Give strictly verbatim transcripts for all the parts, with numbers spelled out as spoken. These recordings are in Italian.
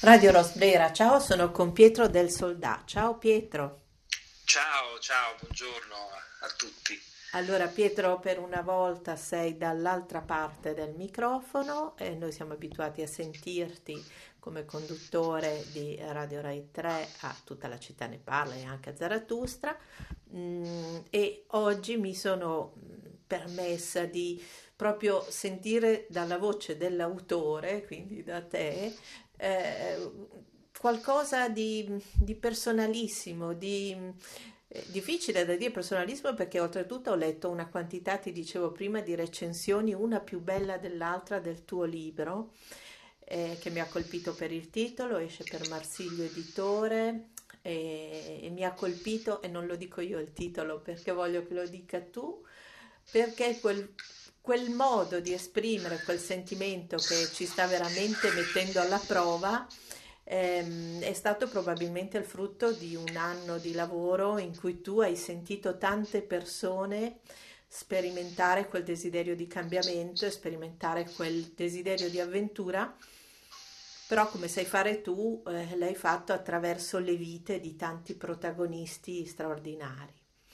Radio Rosbrera, ciao, sono con Pietro del Soldà. Ciao Pietro. Ciao, ciao, buongiorno a tutti. Allora Pietro, per una volta sei dall'altra parte del microfono e noi siamo abituati a sentirti come conduttore di Radio Rai tre a Tutta la città ne parla e anche a Zarathustra. Mm, e oggi mi sono mm, permessa di proprio sentire dalla voce dell'autore, quindi da te, eh, qualcosa di, di personalissimo, di eh, difficile da dire personalismo perché oltretutto ho letto una quantità, ti dicevo prima, di recensioni, una più bella dell'altra del tuo libro, eh, che mi ha colpito per il titolo, esce per Marsilio Editore. E, e mi ha colpito, e non lo dico io il titolo perché voglio che lo dica tu, perché quel, quel modo di esprimere quel sentimento che ci sta veramente mettendo alla prova ehm, è stato probabilmente il frutto di un anno di lavoro in cui tu hai sentito tante persone sperimentare quel desiderio di cambiamento e sperimentare quel desiderio di avventura, però come sai fare tu, eh, l'hai fatto attraverso le vite di tanti protagonisti straordinari.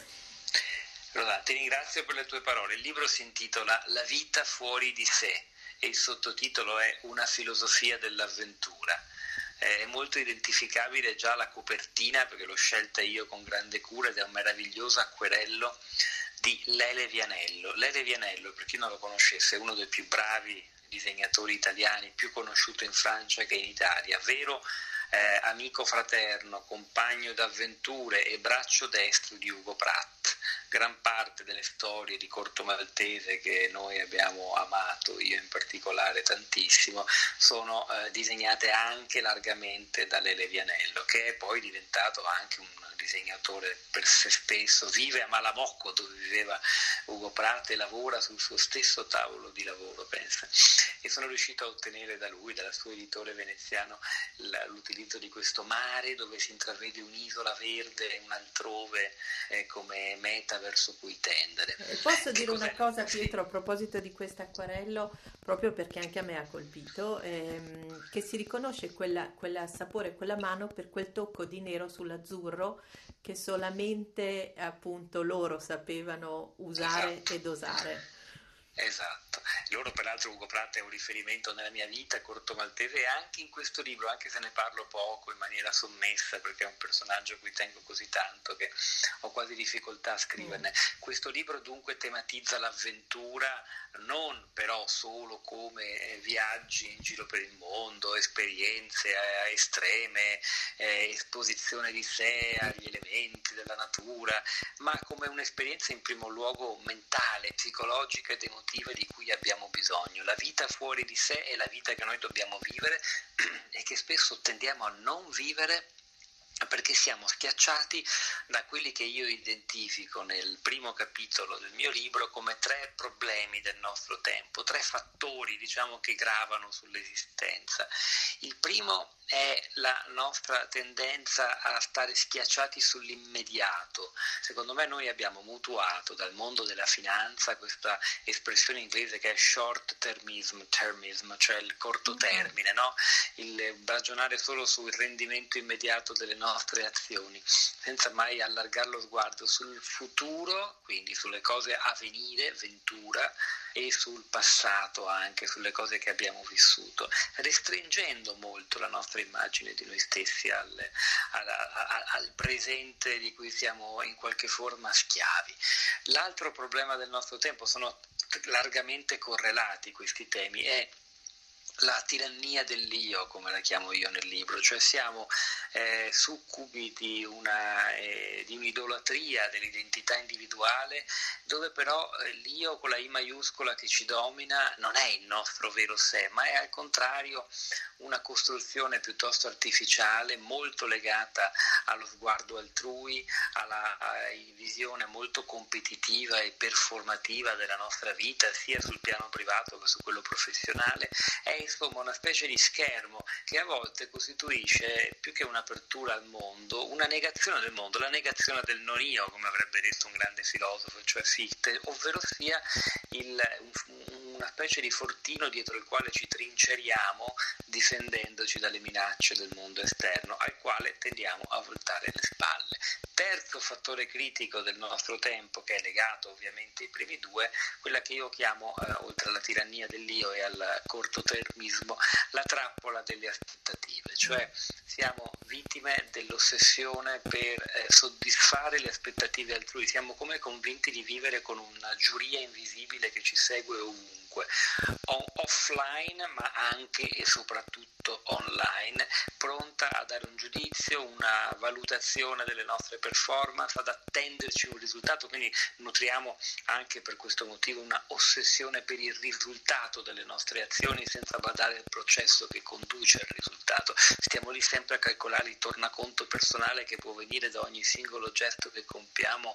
Allora, ti ringrazio per le tue parole. Il libro si intitola La vita fuori di sé e il sottotitolo è Una filosofia dell'avventura. È molto identificabile già la copertina perché l'ho scelta io con grande cura ed è un meraviglioso acquerello di Lele Vianello. Lele Vianello, per chi non lo conoscesse, è uno dei più bravi disegnatori italiani, più conosciuto in Francia che in Italia, vero eh, amico fraterno, compagno d'avventure e braccio destro di Ugo Pratt. Gran parte delle storie di Corto Maltese che noi abbiamo amato, io in particolare tantissimo, sono eh, disegnate anche largamente da Lele Vianello, che è poi diventato anche un disegnatore per se stesso, vive a Malamocco dove viveva Ugo Pratt e lavora sul suo stesso tavolo di lavoro, pensa, e sono riuscito a ottenere da lui, dal suo editore veneziano, l'utilizzo di questo mare dove si intravede un'isola verde e un altrove eh, come meta verso cui tendere. Eh, Posso Che dire una cos'è? cosa, Sì. Pietro, a proposito di questo acquarello, proprio perché anche a me ha colpito, ehm, che si riconosce quella, quella sapore, quella mano per quel tocco di nero sull'azzurro che solamente appunto loro sapevano usare Esatto. e dosare. Esatto, loro peraltro Ugo Pratt è un riferimento nella mia vita, Corto Maltese, e anche in questo libro, anche se ne parlo poco, in maniera sommessa, perché è un personaggio a cui tengo così tanto che ho quasi difficoltà a Mm. scriverne. Questo libro dunque tematizza l'avventura, non però solo come eh, viaggi in giro per il mondo, esperienze eh, estreme, eh, esposizione di sé agli elementi della natura, ma come un'esperienza in primo luogo mentale, psicologica ed emotiva di cui abbiamo bisogno. La vita fuori di sé è la vita che noi dobbiamo vivere e che spesso tendiamo a non vivere perché siamo schiacciati da quelli che io identifico nel primo capitolo del mio libro come tre problemi del nostro tempo, tre fattori, diciamo, che gravano sull'esistenza. Il primo è la nostra tendenza a stare schiacciati sull'immediato. Secondo me noi abbiamo mutuato dal mondo della finanza questa espressione inglese che è short termism, termism, cioè il corto Mhm. termine, no? Il ragionare solo sul rendimento immediato delle nostre azioni, senza mai allargare lo sguardo sul futuro, quindi sulle cose a venire, ventura, e sul passato anche, sulle cose che abbiamo vissuto, restringendo molto la nostra immagine di noi stessi al, al, al, al presente di cui siamo in qualche forma schiavi. L'altro problema del nostro tempo, sono largamente correlati questi temi, è la tirannia dell'io, come la chiamo io nel libro, cioè siamo eh, succubi di, una, eh, di un'idolatria dell'identità individuale, dove però eh, l'io con la I maiuscola che ci domina non è il nostro vero sé, ma è al contrario una costruzione piuttosto artificiale, molto legata allo sguardo altrui, alla, alla visione molto competitiva e performativa della nostra vita, sia sul piano privato che su quello professionale. È insomma una specie di schermo che a volte costituisce, più che un'apertura al mondo, una negazione del mondo, la negazione del non io, come avrebbe detto un grande filosofo, cioè Fichte, ovvero sia il, un, una specie di fortino dietro il quale ci trinceriamo difendendoci dalle minacce del mondo esterno al quale tendiamo a voltare le spalle. Terzo fattore critico del nostro tempo, che è legato ovviamente ai primi due, quella che io chiamo, eh, oltre alla tirannia dell'io e al cortotermismo, la trappola delle aspettative, cioè siamo vittime dell'ossessione per eh, soddisfare le aspettative altrui, siamo come convinti di vivere con una giuria invisibile che ci segue ovunque, o- offline ma anche e soprattutto online, pronta a dare un giudizio, una valutazione delle nostre performance, ad attenderci un risultato, quindi nutriamo anche per questo motivo una ossessione per il risultato delle nostre azioni senza badare al processo che conduce al risultato. Stiamo lì sempre a calcolare il tornaconto personale che può venire da ogni singolo gesto che compiamo,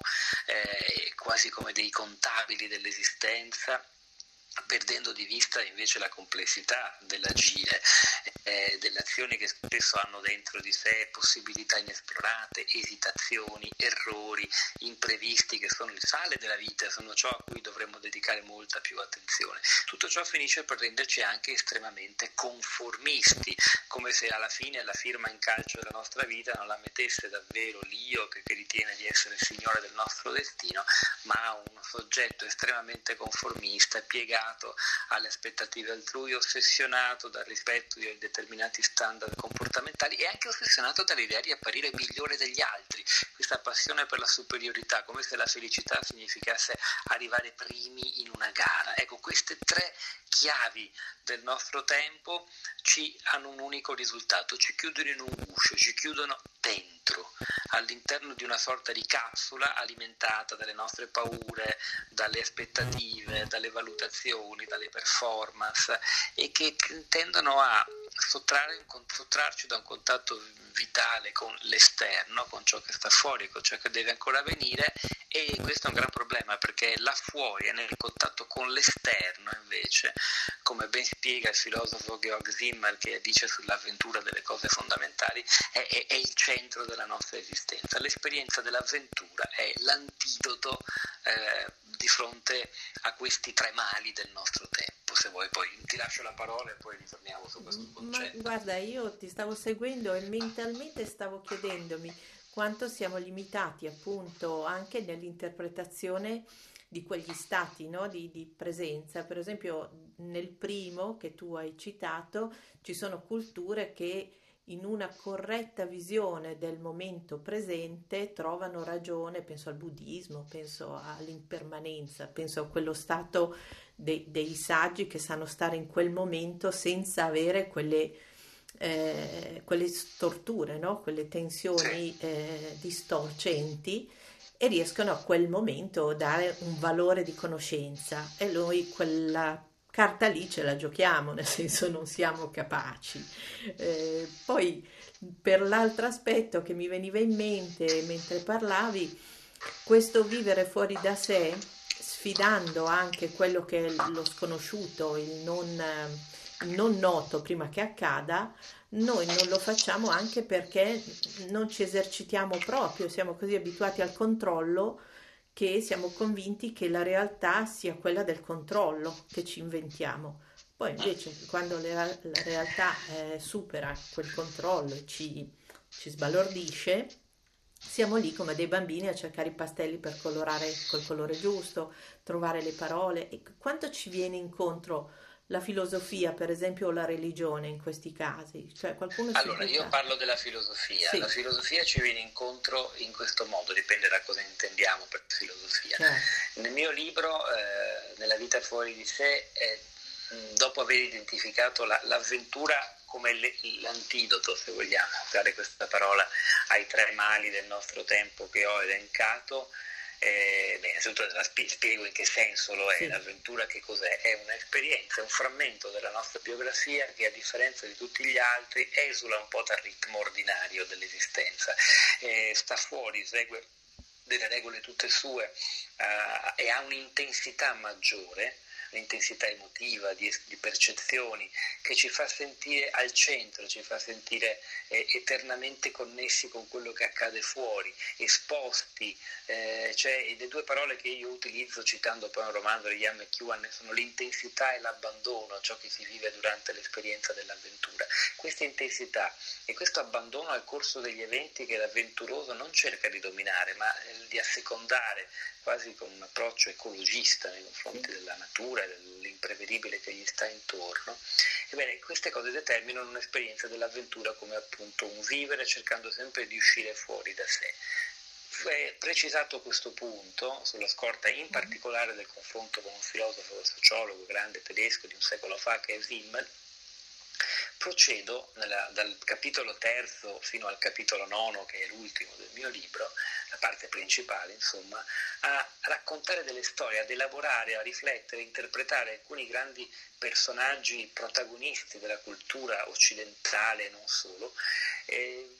eh, quasi come dei contabili dell'esistenza, perdendo di vista invece la complessità dell'agire, eh, delle azioni che spesso hanno dentro di sé possibilità inesplorate, esitazioni, errori, imprevisti che sono il sale della vita, sono ciò a cui dovremmo dedicare molta più attenzione. Tutto ciò finisce per renderci anche estremamente conformisti, come se alla fine la firma in calcio della nostra vita non la mettesse davvero l'io che, che ritiene di essere il signore del nostro destino, ma un soggetto estremamente conformista, piegato alle aspettative altrui, ossessionato dal rispetto di determinati standard comportamentali e anche ossessionato dall'idea di apparire migliore degli altri, questa passione per la superiorità, come se la felicità significasse arrivare primi in una gara. Ecco, queste tre chiavi del nostro tempo ci hanno un unico risultato: ci chiudono in un guscio, ci chiudono dentro, all'interno di una sorta di capsula alimentata dalle nostre paure, dalle aspettative, dalle valutazioni, dalle performance, e che tendono a sottrarre, sottrarci da un contatto vitale con l'esterno, con ciò che sta fuori, con ciò che deve ancora avvenire. E questo è un gran problema, perché là fuori è nel contatto con l'esterno invece, come ben spiega il filosofo Georg Zimmer, che dice sull'avventura delle cose fondamentali, è, è, è il centro della nostra esistenza. L'esperienza dell'avventura è l'antidoto eh, di fronte a questi tre mali del nostro tempo. Se vuoi poi ti lascio la parola e poi ritorniamo su questo concetto. Ma guarda, io ti stavo seguendo e mentalmente stavo chiedendomi quanto siamo limitati appunto anche nell'interpretazione di quegli stati, no? di, di presenza. Per esempio, nel primo che tu hai citato, ci sono culture che in una corretta visione del momento presente trovano ragione, penso al buddismo, penso all'impermanenza, penso a quello stato dei, dei saggi che sanno stare in quel momento senza avere quelle, eh, quelle storture, no? Quelle tensioni eh, distorcenti, e riescono a quel momento a dare un valore di conoscenza, e noi quella carta lì ce la giochiamo, nel senso non siamo capaci. Eh, poi per l'altro aspetto che mi veniva in mente mentre parlavi, questo vivere fuori da sé, sfidando anche quello che è lo sconosciuto, il non, il non noto prima che accada, noi non lo facciamo anche perché non ci esercitiamo proprio, siamo così abituati al controllo che siamo convinti che la realtà sia quella del controllo che ci inventiamo. Poi invece quando le- la realtà eh, supera quel controllo e ci, ci sbalordisce, siamo lì come dei bambini a cercare i pastelli per colorare col colore giusto, trovare le parole. E quanto ci viene incontro la filosofia, per esempio, o la religione in questi casi? Cioè qualcuno si Allora, io butta... parlo della filosofia. Sì, La filosofia ci viene incontro in questo modo, dipende da cosa intendiamo per filosofia. certo. Nel mio libro, eh, Nella vita fuori di sé, eh, dopo aver identificato la, l'avventura come le, l'antidoto, se vogliamo usare questa parola, ai tre mali del nostro tempo che ho elencato, Eh, beh, innanzitutto la spie- spiego in che senso lo è. Sì. L'avventura che cos'è? È un'esperienza, un frammento della nostra biografia che, a differenza di tutti gli altri, esula un po' dal ritmo ordinario dell'esistenza, eh, sta fuori, segue delle regole tutte sue, eh, e ha un'intensità maggiore, l'intensità emotiva, di, di percezioni, che ci fa sentire al centro, ci fa sentire eh, eternamente connessi con quello che accade fuori, esposti. Eh, cioè, le due parole che io utilizzo citando poi un romanzo di Ian McEwan sono l'intensità e l'abbandono, ciò che si vive durante l'esperienza dell'avventura. Questa intensità e questo abbandono al corso degli eventi che l'avventuroso non cerca di dominare, ma di assecondare, quasi con un approccio ecologista nei confronti della natura e dell'imprevedibile che gli sta intorno. Ebbene, queste cose determinano un'esperienza dell'avventura come appunto un vivere cercando sempre di uscire fuori da sé. È precisato questo punto, sulla scorta in particolare del confronto con un filosofo e sociologo grande tedesco di un secolo fa che è Simmel, procedo nella, dal capitolo terzo fino al capitolo nono, che è l'ultimo del mio libro, la parte principale insomma, a raccontare delle storie, ad elaborare, a riflettere, a interpretare alcuni grandi personaggi protagonisti della cultura occidentale e non solo, eh,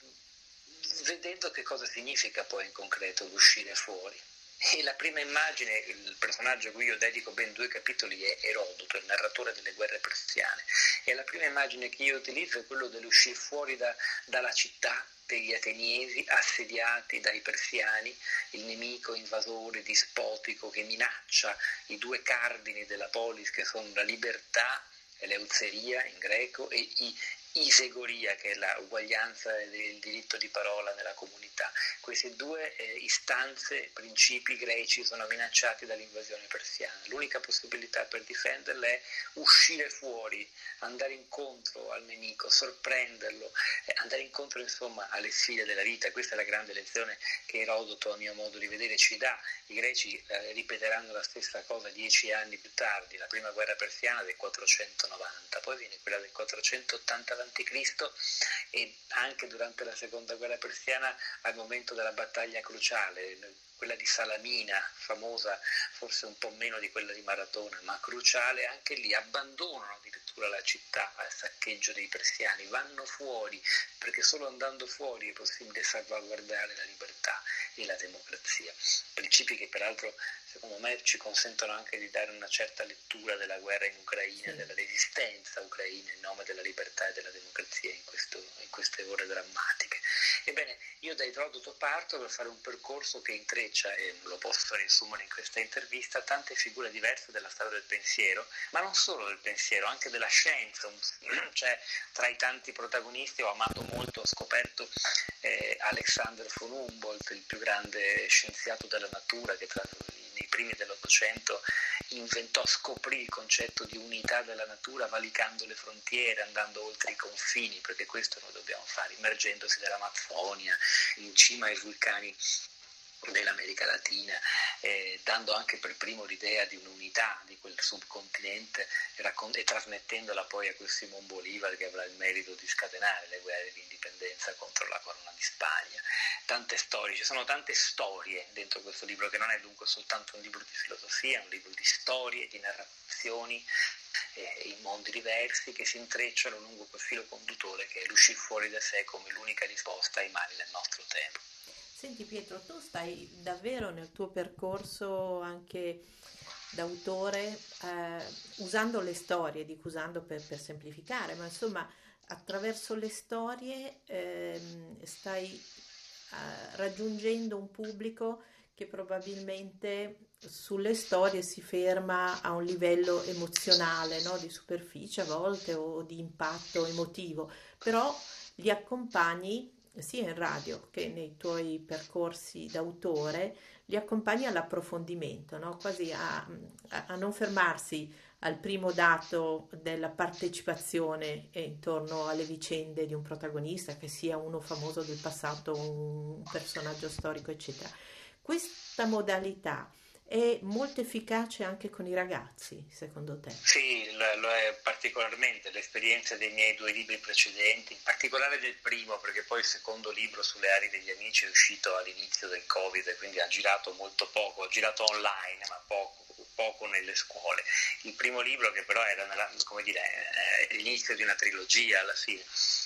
vedendo che cosa significa poi in concreto l'uscire fuori. E la prima immagine, il personaggio a cui io dedico ben due capitoli è Erodoto, il narratore delle guerre persiane, e la prima immagine che io utilizzo è quello dell'uscire fuori da, dalla città degli ateniesi assediati dai persiani, il nemico invasore dispotico che minaccia i due cardini della polis che sono la libertà, eleuzeria in greco, e i isegoria, che è la uguaglianza del diritto di parola nella comunità. Queste due eh, istanze, principi greci sono minacciati dall'invasione persiana. L'unica possibilità per difenderle è uscire fuori, andare incontro al nemico, sorprenderlo, eh, andare incontro insomma alle sfide della vita. Questa è la grande lezione che Erodoto, a mio modo di vedere, ci dà. I greci eh, ripeteranno la stessa cosa dieci anni più tardi, la prima guerra persiana del quattrocentonovanta, poi viene quella del quattrocentottanta avanti Cristo e anche durante la seconda guerra persiana al momento della battaglia cruciale, quella di Salamina, famosa forse un po' meno di quella di Maratona, ma cruciale, anche lì abbandonano addirittura la città al saccheggio dei persiani, vanno fuori, perché solo andando fuori è possibile salvaguardare la libertà e la democrazia. Principi che peraltro secondo me ci consentono anche di dare una certa lettura della guerra in Ucraina, della resistenza ucraina in nome della libertà e della democrazia in, questo, in queste ore drammatiche. Ebbene, io da Erodoto parto per fare un percorso che intreccia, e lo posso riassumere in questa intervista, tante figure diverse della storia del pensiero, ma non solo del pensiero, anche della scienza. Cioè, tra i tanti protagonisti ho amato molto, ho scoperto eh, Alexander von Humboldt, il più grande scienziato della natura, che tra nei primi dell'Ottocento inventò, scoprì il concetto di unità della natura valicando le frontiere, andando oltre i confini, perché questo noi dobbiamo fare, immergendosi nell'Amazzonia, in cima ai vulcani dell'America Latina, eh, dando anche per primo l'idea di un'unità di quel subcontinente e, raccont- e trasmettendola poi a quel Simón Bolívar, che avrà il merito di scatenare le guerre di indipendenza contro la corona di Spagna. Tante storie, ci sono tante storie dentro questo libro, che non è dunque soltanto un libro di filosofia, è un libro di storie, di narrazioni eh, in mondi diversi che si intrecciano lungo quel filo conduttore che è l'uscire fuori da sé come l'unica risposta ai mali del nostro tempo. Senti Pietro, tu stai davvero nel tuo percorso anche d'autore eh, usando le storie, dico usando per, per semplificare, ma insomma attraverso le storie eh, stai eh, raggiungendo un pubblico che probabilmente sulle storie si ferma a un livello emozionale, no? Di superficie a volte o di impatto emotivo, però li accompagni sia in radio che nei tuoi percorsi d'autore, li accompagni all'approfondimento, no? Quasi a, a, a non fermarsi al primo dato della partecipazione intorno alle vicende di un protagonista, che sia uno famoso del passato, un personaggio storico, eccetera. Questa modalità è molto efficace anche con i ragazzi, secondo te? Sì, lo è particolarmente. L'esperienza dei miei due libri precedenti, in particolare del primo, perché poi il secondo libro sulle ali degli amici è uscito all'inizio del Covid, quindi ha girato molto poco, ha girato online, ma poco, poco nelle scuole. Il primo libro, che però era nella, come dire, l'inizio di una trilogia alla fine.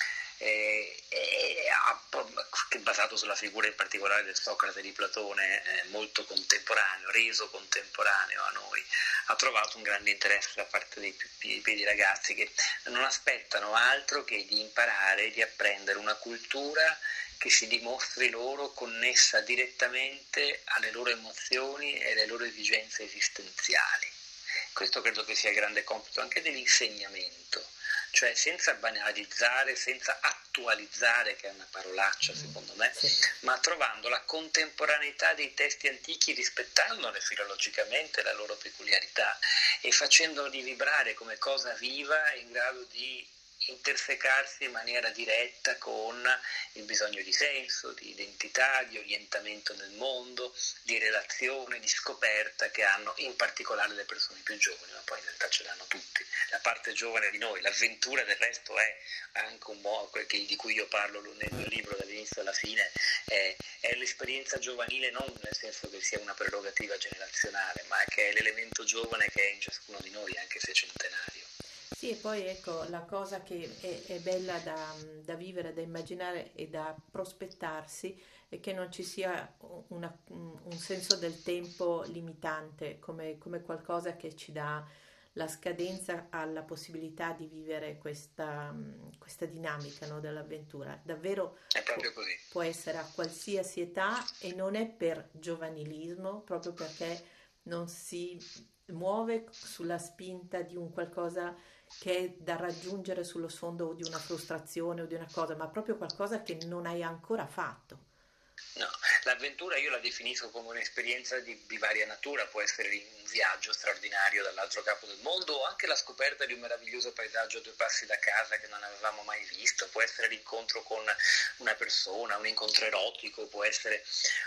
eh, eh, che è basato sulla figura in particolare del Socrate di Platone, eh, molto contemporaneo, reso contemporaneo a noi, ha trovato un grande interesse da parte dei più piccoli ragazzi che non aspettano altro che di imparare, di apprendere una cultura che si dimostri loro connessa direttamente alle loro emozioni e alle loro esigenze esistenziali. Questo credo che sia il grande compito anche dell'insegnamento, cioè senza banalizzare, senza attualizzare, che è una parolaccia secondo me, Sì. ma trovando la contemporaneità dei testi antichi, rispettandone filologicamente la loro peculiarità e facendoli vibrare come cosa viva in grado di intersecarsi in maniera diretta con il bisogno di senso, di identità, di orientamento nel mondo, di relazione, di scoperta che hanno in particolare le persone più giovani, ma poi in realtà ce l'hanno tutti. La parte giovane di noi, l'avventura del resto è anche un modo di cui io parlo nel mio libro dall'inizio alla fine, è, è l'esperienza giovanile non nel senso che sia una prerogativa generazionale, ma che è l'elemento giovane che è in ciascuno di noi, anche se centenario. Sì, e poi ecco la cosa che è, è bella da, da vivere, da immaginare e da prospettarsi è che non ci sia una- un senso del tempo limitante come, come qualcosa che ci dà la scadenza alla possibilità di vivere questa, questa dinamica, no, dell'avventura. Davvero È può, proprio così. può essere a qualsiasi età e non è per giovanilismo, proprio perché non si muove sulla spinta di un qualcosa che è da raggiungere sullo sfondo di una frustrazione o di una cosa, ma proprio qualcosa che non hai ancora fatto. No, l'avventura io la definisco come un'esperienza di, di varia natura, può essere un viaggio straordinario dall'altro capo del mondo o anche la scoperta di un meraviglioso paesaggio a due passi da casa che non avevamo mai visto, può essere l'incontro con una persona, un incontro erotico, può essere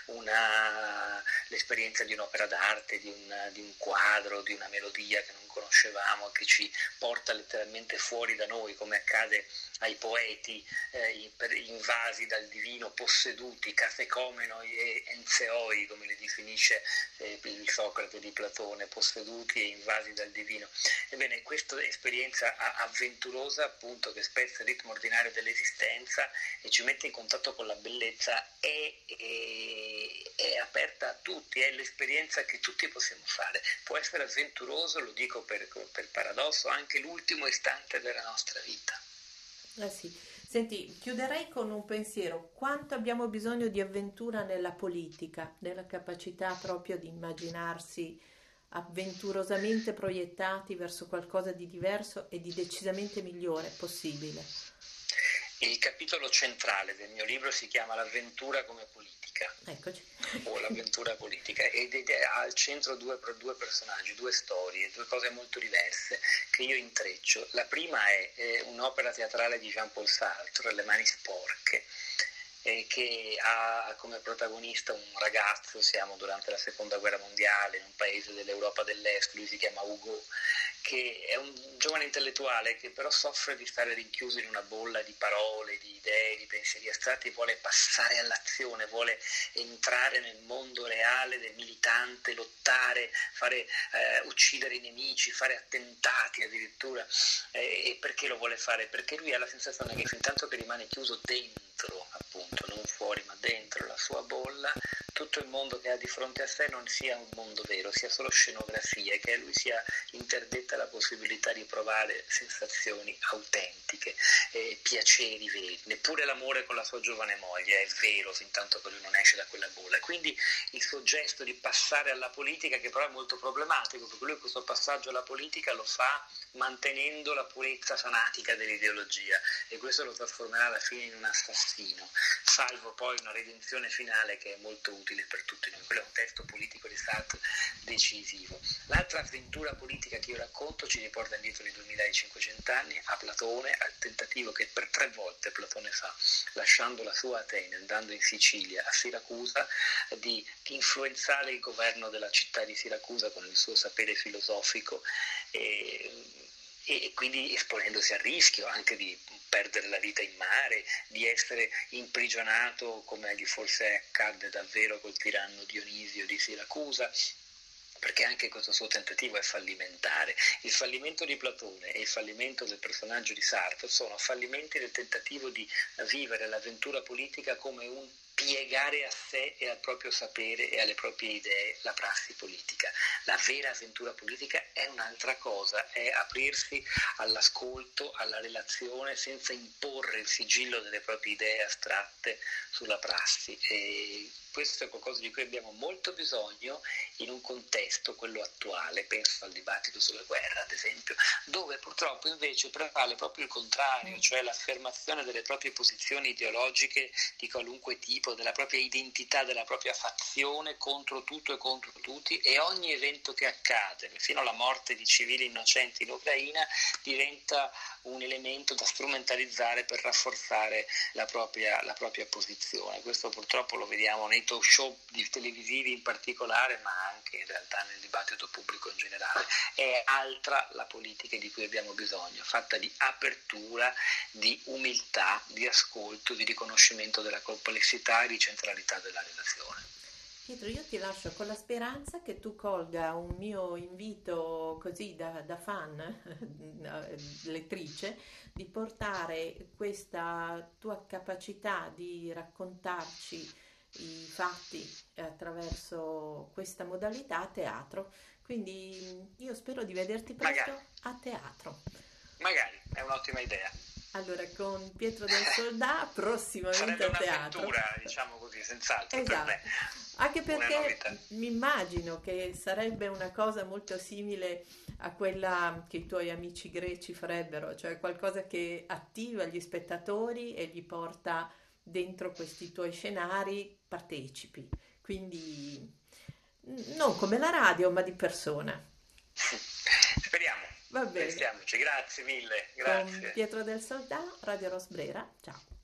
una, l'esperienza di un'opera d'arte, di un, di un quadro, di una melodia che non conoscevamo, che ci porta letteralmente fuori da noi, come accade ai poeti eh, invasi dal divino, posseduti, catecomenoi e enzeoi, come li definisce eh, il Socrate di Platone, posseduti e invasi dal divino. Ebbene, questa esperienza avventurosa, appunto, che spezza il ritmo ordinario dell'esistenza e ci mette in contatto con la bellezza, è, è, è aperta a tutti, è l'esperienza che tutti possiamo fare. Può essere avventuroso, lo dico per, per paradosso, anche l'ultimo istante della nostra vita. Eh sì. Senti, chiuderei con un pensiero. Quanto abbiamo bisogno di avventura nella politica, nella capacità proprio di immaginarsi avventurosamente proiettati verso qualcosa di diverso e di decisamente migliore possibile. Il capitolo centrale del mio libro si chiama L'avventura come politica. Eccoci. O l'avventura politica, ed ha al centro due, due personaggi, due storie, due cose molto diverse che io intreccio. La prima è eh, un'opera teatrale di Jean-Paul Sartre, Le mani sporche, eh, che ha come protagonista un ragazzo, siamo durante la seconda guerra mondiale in un paese dell'Europa dell'Est, lui si chiama Hugo, che è un giovane intellettuale che però soffre di stare rinchiuso in una bolla di parole, di idee, di pensieri astratti, vuole passare all'azione, vuole entrare nel mondo reale del militante, lottare, fare, eh, uccidere i nemici, fare attentati addirittura. Eh, e perché lo vuole fare? Perché lui ha la sensazione che fin tanto che rimane chiuso dentro, appunto, non fuori ma dentro la sua bolla, tutto il mondo che ha di fronte a sé non sia un mondo vero, sia solo scenografia, e che a lui sia interdetta la possibilità di provare sensazioni autentiche, eh, piaceri veri. Neppure l'amore con la sua giovane moglie è vero fin tanto che lui non esce da quella bolla. Quindi il suo gesto di passare alla politica, che però è molto problematico, perché lui questo passaggio alla politica lo fa mantenendo la purezza fanatica dell'ideologia, e questo lo trasformerà alla fine in un assassino, salvo poi una redenzione finale che è molto utile per tutti noi. Quello è un testo politico di Sartre decisivo. L'altra avventura politica che io racconto ci riporta indietro di duemilacinquecento anni a Platone, al tentativo che per tre volte Platone fa, lasciando la sua Atene, andando in Sicilia, a Siracusa, di influenzare il governo della città di Siracusa con il suo sapere filosofico, e, e quindi esponendosi al rischio anche di perdere la vita in mare, di essere imprigionato come gli forse accadde davvero col tiranno Dionisio di Siracusa, perché anche questo suo tentativo è fallimentare. Il fallimento di Platone e il fallimento del personaggio di Sartre sono fallimenti del tentativo di vivere l'avventura politica come un piegare a sé e al proprio sapere e alle proprie idee la prassi politica. La vera avventura politica è un'altra cosa, è aprirsi all'ascolto, alla relazione senza imporre il sigillo delle proprie idee astratte sulla prassi. E questo è qualcosa di cui abbiamo molto bisogno in un contesto, quello attuale, penso al dibattito sulla guerra ad esempio, dove purtroppo invece prevale proprio il contrario, cioè l'affermazione delle proprie posizioni ideologiche di qualunque tipo, della propria identità, della propria fazione contro tutto e contro tutti, e ogni evento che accade, fino alla morte di civili innocenti in Ucraina, diventa un elemento da strumentalizzare per rafforzare la propria, la propria posizione. Questo purtroppo lo vediamo nei talk show televisivi in particolare, ma anche in realtà nel dibattito pubblico in generale. È altra la politica di cui abbiamo bisogno, fatta di apertura, di umiltà, di ascolto, di riconoscimento della complessità e di centralità della relazione. Pietro, io ti lascio con la speranza che tu colga un mio invito così da, da fan, lettrice, di portare questa tua capacità di raccontarci i fatti attraverso questa modalità a teatro. Quindi io spero di vederti presto Magari. a teatro. Magari, è un'ottima idea. Allora, con Pietro del Soldà, prossimamente a teatro. Un'avventura, diciamo così, senz'altro, esatto. per me. Anche perché mi immagino che sarebbe una cosa molto simile a quella che i tuoi amici greci farebbero, cioè qualcosa che attiva gli spettatori e li porta dentro questi tuoi scenari partecipi. Quindi non come la radio, ma di persona. Speriamo. Va bene. Pensiamoci, grazie mille. Grazie. Con Pietro del Soldà, Radio Rosbrera. Ciao.